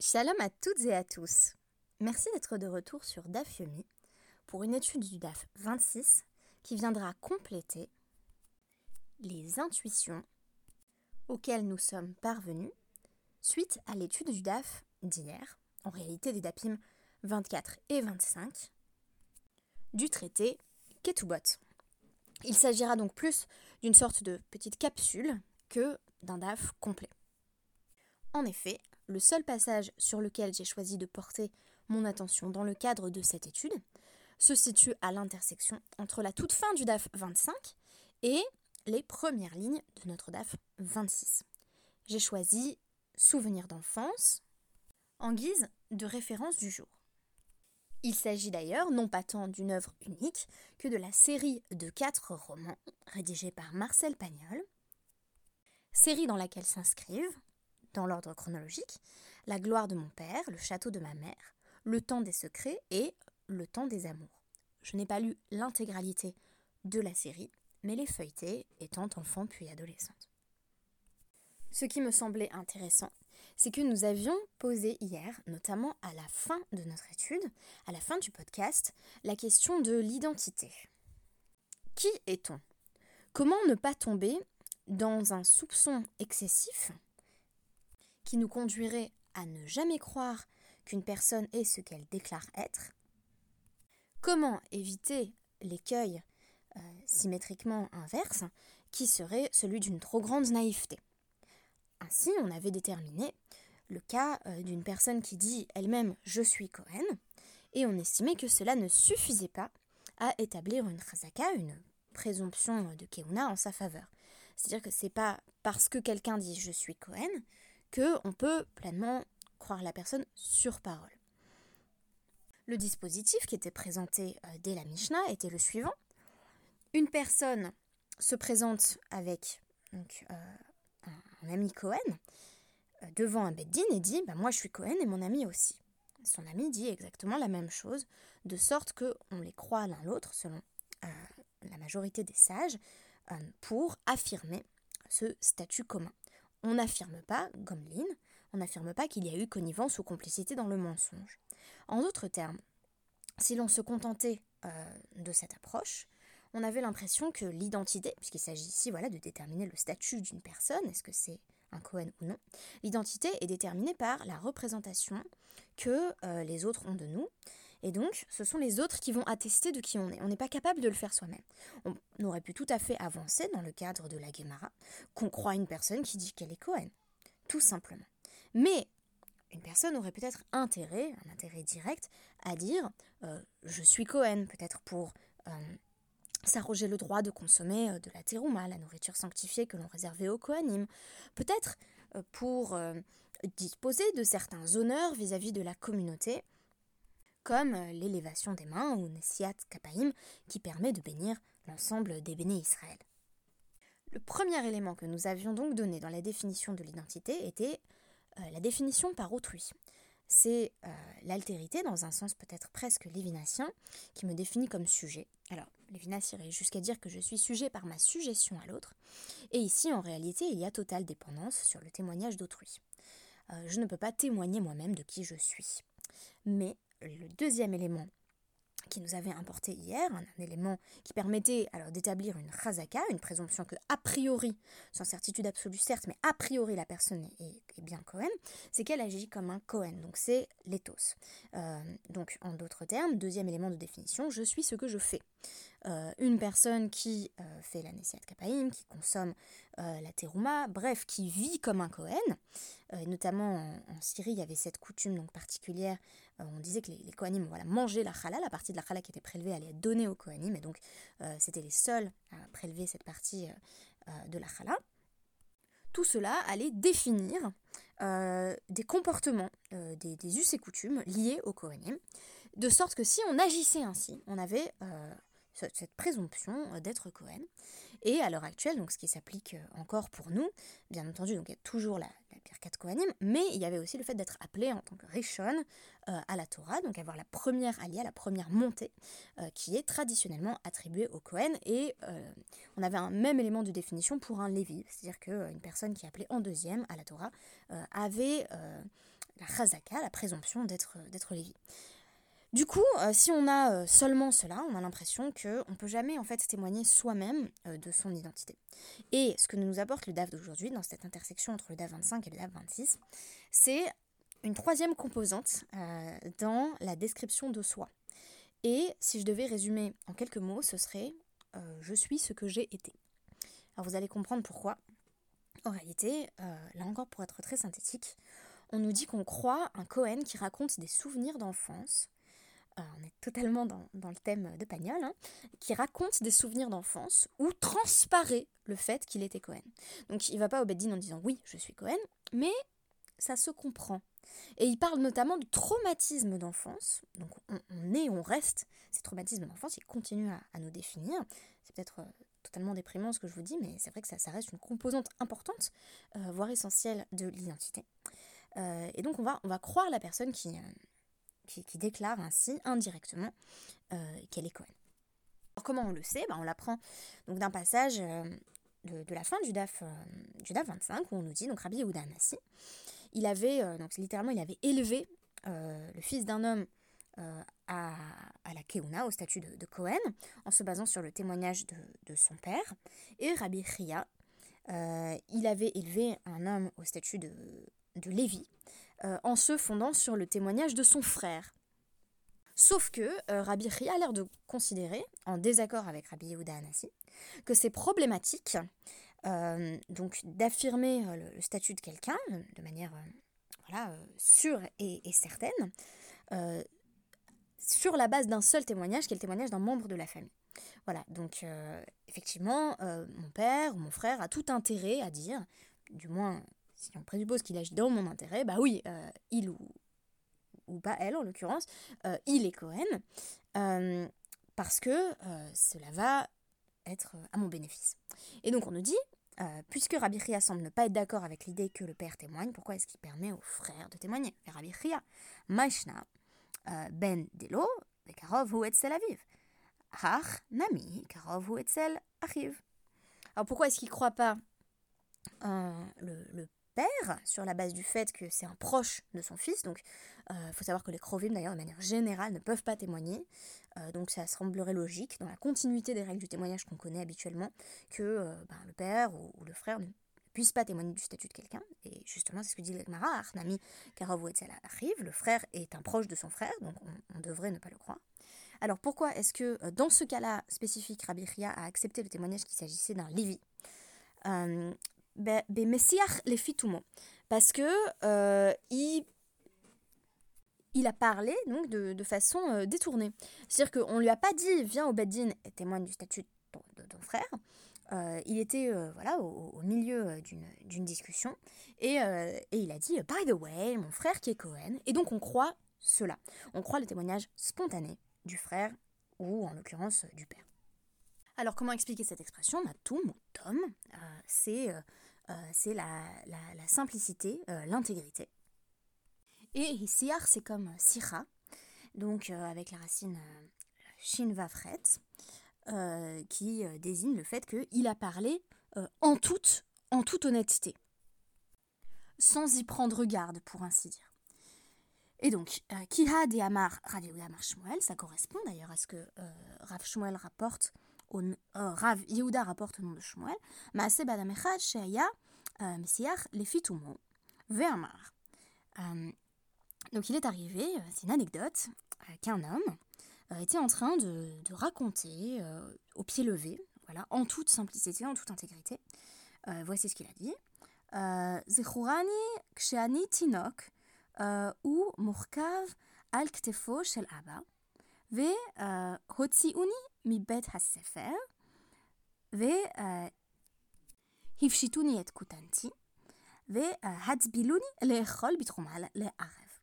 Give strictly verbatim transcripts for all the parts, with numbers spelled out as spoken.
Shalom à toutes et à tous. Merci d'être de retour sur Daf Yomi pour une étude du Daf vingt-six qui viendra compléter les intuitions auxquelles nous sommes parvenus suite à l'étude du Daf d'hier, en réalité des Dapim vingt-quatre et vingt-cinq, du traité Ketubot. Il s'agira donc plus d'une sorte de petite capsule que d'un Daf complet. En effet, le seul passage sur lequel j'ai choisi de porter mon attention dans le cadre de cette étude se situe à l'intersection entre la toute fin du Daf vingt-cinq et les premières lignes de notre Daf vingt-six. J'ai choisi Souvenirs d'enfance en guise de référence du jour. Il s'agit d'ailleurs non pas tant d'une œuvre unique que de la série de quatre romans rédigés par Marcel Pagnol, série dans laquelle s'inscrivent, dans l'ordre chronologique, La gloire de mon père, Le château de ma mère, Le temps des secrets et Le temps des amours. Je n'ai pas lu l'intégralité de la série, mais les feuilletés étant enfant puis adolescente. Ce qui me semblait intéressant, c'est que nous avions posé hier, notamment à la fin de notre étude, à la fin du podcast, la question de l'identité. Qui est-on ? Comment ne pas tomber dans un soupçon excessif qui nous conduirait à ne jamais croire qu'une personne est ce qu'elle déclare être? Comment éviter l'écueil euh, symétriquement inverse, qui serait celui d'une trop grande naïveté? Ainsi, on avait déterminé le cas euh, d'une personne qui dit elle-même « je suis Cohen », et on estimait que cela ne suffisait pas à établir une chazaka, une présomption de Keuna en sa faveur. C'est-à-dire que c'est pas parce que quelqu'un dit « je suis Cohen » qu'on peut pleinement croire la personne sur parole. Le dispositif qui était présenté euh, dès la Mishnah était le suivant. Une personne se présente avec donc, euh, un, un ami Cohen euh, devant un beddin et dit bah, « moi je suis Cohen et mon ami aussi ». Son ami dit exactement la même chose, de sorte qu'on les croit l'un l'autre, selon euh, la majorité des sages, euh, pour affirmer ce statut commun. On n'affirme pas, Gomlin, on n'affirme pas qu'il y a eu connivence ou complicité dans le mensonge. En d'autres termes, si l'on se contentait euh, de cette approche, on avait l'impression que l'identité, puisqu'il s'agit ici voilà, de déterminer le statut d'une personne, est-ce que c'est un Cohen ou non, l'identité est déterminée par la représentation que euh, les autres ont de nous, et donc ce sont les autres qui vont attester de qui on est. On n'est pas capable de le faire soi-même. On aurait pu tout à fait avancer dans le cadre de la Gemara, qu'on croit une personne qui dit qu'elle est Cohen, tout simplement. Mais une personne aurait peut-être intérêt, un intérêt direct, à dire euh, « je suis Cohen », peut-être pour euh, s'arroger le droit de consommer euh, de la terouma, la nourriture sanctifiée que l'on réservait aux Kohanim, peut-être euh, pour euh, disposer de certains honneurs vis-à-vis de la communauté, comme euh, l'élévation des mains ou Nesiat Kapaim, qui permet de bénir l'ensemble des bénis Israël. Le premier élément que nous avions donc donné dans la définition de l'identité était euh, la définition par autrui. C'est euh, l'altérité, dans un sens peut-être presque lévinassien, qui me définit comme sujet. Alors, Lévinas irait jusqu'à dire que je suis sujet par ma suggestion à l'autre, et ici, en réalité, il y a totale dépendance sur le témoignage d'autrui. Euh, je ne peux pas témoigner moi-même de qui je suis. Mais le deuxième élément qui nous avait importé hier, un, un élément qui permettait alors d'établir une chazaka, une présomption que a priori, sans certitude absolue certes, mais a priori la personne est, est bien Cohen, c'est qu'elle agit comme un Cohen, donc c'est l'éthos. Euh, donc en d'autres termes, deuxième élément de définition, je suis ce que je fais. Euh, une personne qui euh, fait la Nesiat Kapaim, qui consomme euh, la terouma, bref, qui vit comme un Cohen, euh, notamment en, en Syrie, il y avait cette coutume donc particulière, euh, on disait que les, les Kohanim voilà, mangeaient la challah, la partie de la challah qui était prélevée allait être donnée aux Kohanim, et donc euh, c'était les seuls à prélever cette partie euh, euh, de la challah. Tout cela allait définir euh, des comportements, euh, des, des us et coutumes liés aux Kohanim, de sorte que si on agissait ainsi, on avait euh, cette présomption d'être Cohen. Et à l'heure actuelle, donc ce qui s'applique encore pour nous, bien entendu, donc il y a toujours la, la Birkat Kohanim, mais il y avait aussi le fait d'être appelé en tant que Rishon euh, à la Torah, donc avoir la première alia, la première montée, euh, qui est traditionnellement attribuée au Cohen. Et euh, on avait un même élément de définition pour un Lévi, c'est-à-dire qu'une personne qui est appelée en deuxième à la Torah euh, avait... Euh, la chazaka, la présomption d'être, d'être lévi. Du coup, euh, si on a euh, seulement cela, on a l'impression qu'on ne peut jamais en fait témoigner soi-même euh, de son identité. Et ce que nous apporte le D A F d'aujourd'hui, dans cette intersection entre le D A F vingt-cinq et le D A F vingt-six, c'est une troisième composante euh, dans la description de soi. Et si je devais résumer en quelques mots, ce serait euh, « je suis ce que j'ai été ». Alors vous allez comprendre pourquoi. En réalité, euh, là encore pour être très synthétique, on nous dit qu'on croit un Cohen qui raconte des souvenirs d'enfance. Euh, on est totalement dans, dans le thème de Pagnol, hein, qui raconte des souvenirs d'enfance où transparaît le fait qu'il était Cohen. Donc il ne va pas au Beit Din en disant « oui, je suis Cohen », mais ça se comprend. Et il parle notamment de traumatismes d'enfance. Donc on, on est, on reste. Ces traumatismes d'enfance, ils continuent à, à nous définir. C'est peut-être euh, totalement déprimant ce que je vous dis, mais c'est vrai que ça, ça reste une composante importante, euh, voire essentielle de l'identité. Euh, et donc on va, on va croire la personne qui... Euh, Qui, qui déclare ainsi indirectement euh, qu'elle est Cohen. Alors comment on le sait? Ben, on l'apprend donc d'un passage euh, de, de la fin du D A F, euh, du D A F vingt-cinq où on nous dit, donc Rabbi Yehuda Hanassi, il avait, euh, donc littéralement il avait élevé euh, le fils d'un homme euh, à, à la Keuna, au statut de, de Cohen, en se basant sur le témoignage de, de son père. Et Rabbi Chia, euh, il avait élevé un homme au statut de, de Lévi, Euh, en se fondant sur le témoignage de son frère. Sauf que euh, Rabbi Chia a l'air de considérer, en désaccord avec Rabbi Yehuda Hanassi, que c'est problématique euh, donc d'affirmer euh, le, le statut de quelqu'un euh, de manière euh, voilà, euh, sûre et, et certaine, euh, sur la base d'un seul témoignage, qui est le témoignage d'un membre de la famille. Voilà, donc euh, effectivement, euh, mon père ou mon frère a tout intérêt à dire, du moins... si on présuppose qu'il agit dans mon intérêt, bah oui, euh, il ou, ou pas elle en l'occurrence, euh, il est Cohen, euh, parce que euh, cela va être à mon bénéfice. Et donc on nous dit, euh, puisque Rabbi Chia semble ne pas être d'accord avec l'idée que le père témoigne, pourquoi est-ce qu'il permet au frère de témoigner? Et Rabbi Chia, Maishna, euh, ben delo, vekarov hu etzel aviv, hach nami, karov hu etzel achiv. Alors pourquoi est-ce qu'il ne croit pas euh, le, le père, sur la base du fait que c'est un proche de son fils, donc il euh, faut savoir que les Krovim d'ailleurs de manière générale ne peuvent pas témoigner, euh, donc ça semblerait logique, dans la continuité des règles du témoignage qu'on connaît habituellement, que euh, ben, le père ou, ou le frère ne puisse pas témoigner du statut de quelqu'un, et justement c'est ce que dit l'Egmara, Arnami Karov Etzel arrive, le frère est un proche de son frère, donc on, on devrait ne pas le croire. Alors pourquoi est-ce que dans ce cas-là spécifique, Rabbi Chia a accepté le témoignage qu'il s'agissait d'un Lévi? euh, Be, be Messiach les fitumo, parce que euh, il, il a parlé donc de, de façon euh, détournée. C'est-à-dire qu'on ne lui a pas dit viens au Beit Din et témoigne du statut de ton, de ton frère. Euh, il était euh, voilà, au, au milieu d'une, d'une discussion et, euh, et il a dit by the way, mon frère qui est Cohen. Et donc on croit cela. On croit le témoignage spontané du frère ou en l'occurrence du père. Alors comment expliquer cette expression? Matum ou tom, euh, c'est, euh, euh, c'est la, la, la simplicité, euh, l'intégrité. Et hissiar, c'est comme sira, donc euh, avec la racine euh, shinvafret, euh, qui euh, désigne le fait qu'il a parlé euh, en, toute, en toute honnêteté, sans y prendre garde, pour ainsi dire. Et donc, euh, Kiha de Amar Rav Yehuda Amar Shmuel, ça correspond d'ailleurs à ce que euh, Rav Shmuel rapporte, au, euh, Rav Yehuda rapporte au nom de Shmuel, Maaseh Badam Echad Sheaya Messiach Lefitumo Ve'amar. Donc il est arrivé, euh, c'est une anecdote, euh, qu'un homme euh, était en train de, de raconter euh, au pied levé, voilà, en toute simplicité, en toute intégrité. Euh, voici ce qu'il a dit. Zechurani ksheani tinok ou murkav al ktefo shel abba ve hotziuni mi bet hasefer ve hifshituni et kutanti ve hatzbiluni leechol bitruma le'arev.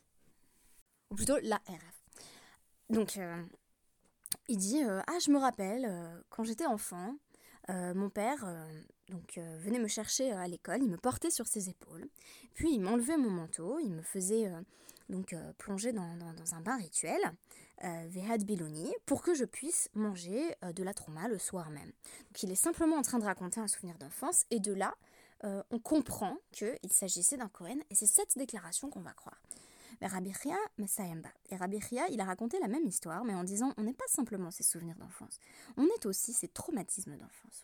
Ou plutôt la R F. Donc, euh, il dit euh, ah, je me rappelle, euh, quand j'étais enfant, euh, mon père euh, donc, euh, venait me chercher euh, à l'école, il me portait sur ses épaules, puis il m'enlevait mon manteau, il me faisait euh, donc, euh, plonger dans, dans, dans un bain rituel, euh, Vehad Biloni, pour que je puisse manger euh, de la trauma le soir même. Donc, il est simplement en train de raconter un souvenir d'enfance, et de là, euh, on comprend qu'il s'agissait d'un Cohen, et c'est cette déclaration qu'on va croire. Mais Rabbi Chia Messayemba. Et Rabbi Chia, il a raconté la même histoire, mais en disant on n'est pas simplement ses souvenirs d'enfance, on est aussi ses traumatismes d'enfance.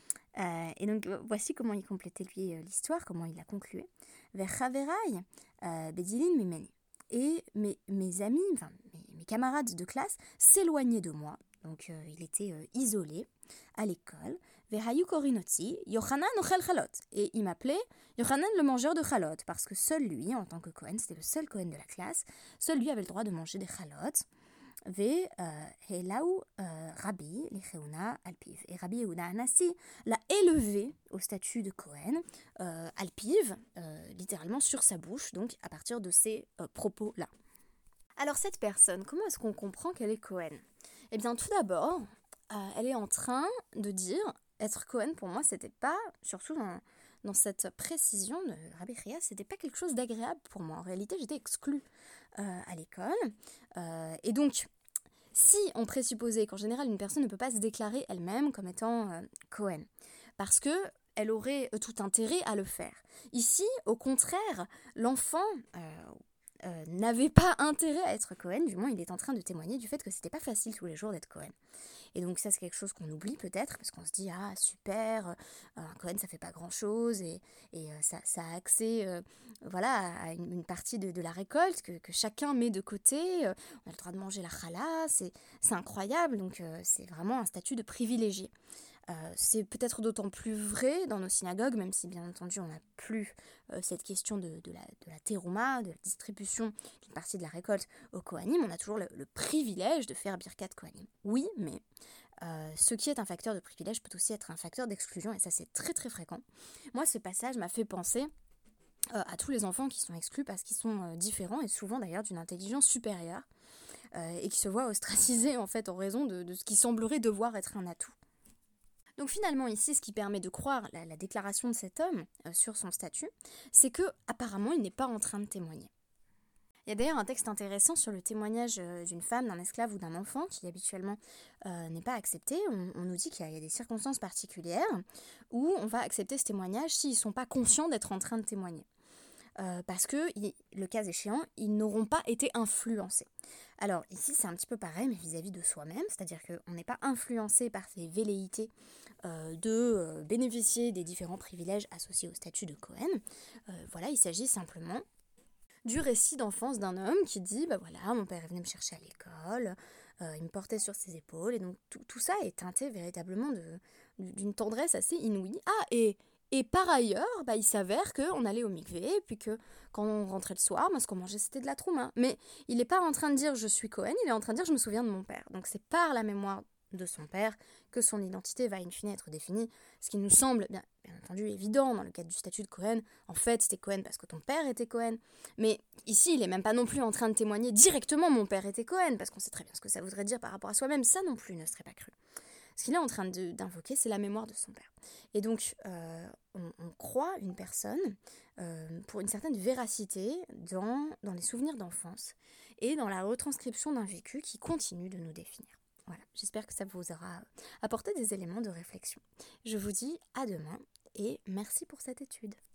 Euh, et donc voici comment il complétait lui euh, l'histoire, comment il l'a conclué. Vers Chaverai, Bedilin Mimeni. Et mes, mes amis, enfin mes, mes camarades de classe s'éloignaient de moi, donc euh, il était euh, isolé à l'école. Vehayu korinoti, Yochanan ochel chalot. Et il m'appelait Yochanan le mangeur de chalot, parce que seul lui, en tant que Cohen, c'était le seul Cohen de la classe, seul lui avait le droit de manger des chalot. Ve Helaou Rabbi Lecheuna Alpiv. Et Rabbi Yehuda Anassi l'a élevé au statut de Cohen, euh, Alpiv, euh, littéralement sur sa bouche, donc à partir de ces euh, propos-là. Alors cette personne, comment est-ce qu'on comprend qu'elle est Cohen ? Eh bien tout d'abord, euh, elle est en train de dire, être Cohen pour moi, c'était pas, surtout dans, dans cette précision de Rabbi Chia, c'était pas quelque chose d'agréable pour moi. En réalité, j'étais exclue euh, à l'école. Euh, et donc, si on présupposait qu'en général, une personne ne peut pas se déclarer elle-même comme étant euh, Cohen, parce que elle aurait tout intérêt à le faire. Ici, au contraire, l'enfant euh, euh, n'avait pas intérêt à être Cohen, du moins il est en train de témoigner du fait que c'était pas facile tous les jours d'être Cohen. Et donc ça c'est quelque chose qu'on oublie peut-être, parce qu'on se dit ah super, euh, un Cohen ça fait pas grand chose, et, et euh, ça, ça a accès euh, voilà, à une, une partie de, de la récolte que, que chacun met de côté, euh, on a le droit de manger la challah, c'est, c'est incroyable, donc euh, c'est vraiment un statut de privilégié. Euh, c'est peut-être d'autant plus vrai dans nos synagogues, même si bien entendu on n'a plus euh, cette question de, de, la, de la terouma, de la distribution d'une partie de la récolte aux Kohanim, on a toujours le, le privilège de faire Birkat Kohanim. Oui, mais euh, ce qui est un facteur de privilège peut aussi être un facteur d'exclusion, et ça c'est très très fréquent. Moi ce passage m'a fait penser euh, à tous les enfants qui sont exclus parce qu'ils sont euh, différents, et souvent d'ailleurs d'une intelligence supérieure, euh, et qui se voient ostracisés en fait en raison de, de ce qui semblerait devoir être un atout. Donc finalement ici, ce qui permet de croire la, la déclaration de cet homme euh, sur son statut, c'est que apparemment il n'est pas en train de témoigner. Il y a d'ailleurs un texte intéressant sur le témoignage euh, d'une femme, d'un esclave ou d'un enfant qui habituellement euh, n'est pas accepté. On, on nous dit qu'il y a, il y a des circonstances particulières où on va accepter ce témoignage s'ils ne sont pas conscients d'être en train de témoigner. Euh, parce que, il, le cas échéant, ils n'auront pas été influencés. Alors ici c'est un petit peu pareil, mais vis-à-vis de soi-même, c'est-à-dire qu'on n'est pas influencé par ces velléités euh, de euh, bénéficier des différents privilèges associés au statut de Cohen. Euh, voilà, il s'agit simplement du récit d'enfance d'un homme qui dit, bah voilà, mon père est venu me chercher à l'école, euh, il me portait sur ses épaules, et donc tout, tout ça est teinté véritablement de, d'une tendresse assez inouïe. Ah, et... Et par ailleurs, bah, il s'avère qu'on allait au mikvé, puis que quand on rentrait le soir, moi, ce qu'on mangeait, c'était de la trouma. Mais il n'est pas en train de dire « je suis Cohen », il est en train de dire « je me souviens de mon père ». Donc c'est par la mémoire de son père que son identité va in fine être définie, ce qui nous semble bien, bien entendu évident dans le cadre du statut de Cohen. En fait, c'était Cohen parce que ton père était Cohen. Mais ici, il n'est même pas non plus en train de témoigner directement « mon père était Cohen », parce qu'on sait très bien ce que ça voudrait dire par rapport à soi-même. Ça non plus ne serait pas cru. Ce qu'il est en train de, d'invoquer, c'est la mémoire de son père. Et donc, euh, on, on croit une personne euh, pour une certaine véracité dans, dans les souvenirs d'enfance et dans la retranscription d'un vécu qui continue de nous définir. Voilà, j'espère que ça vous aura apporté des éléments de réflexion. Je vous dis à demain et merci pour cette étude.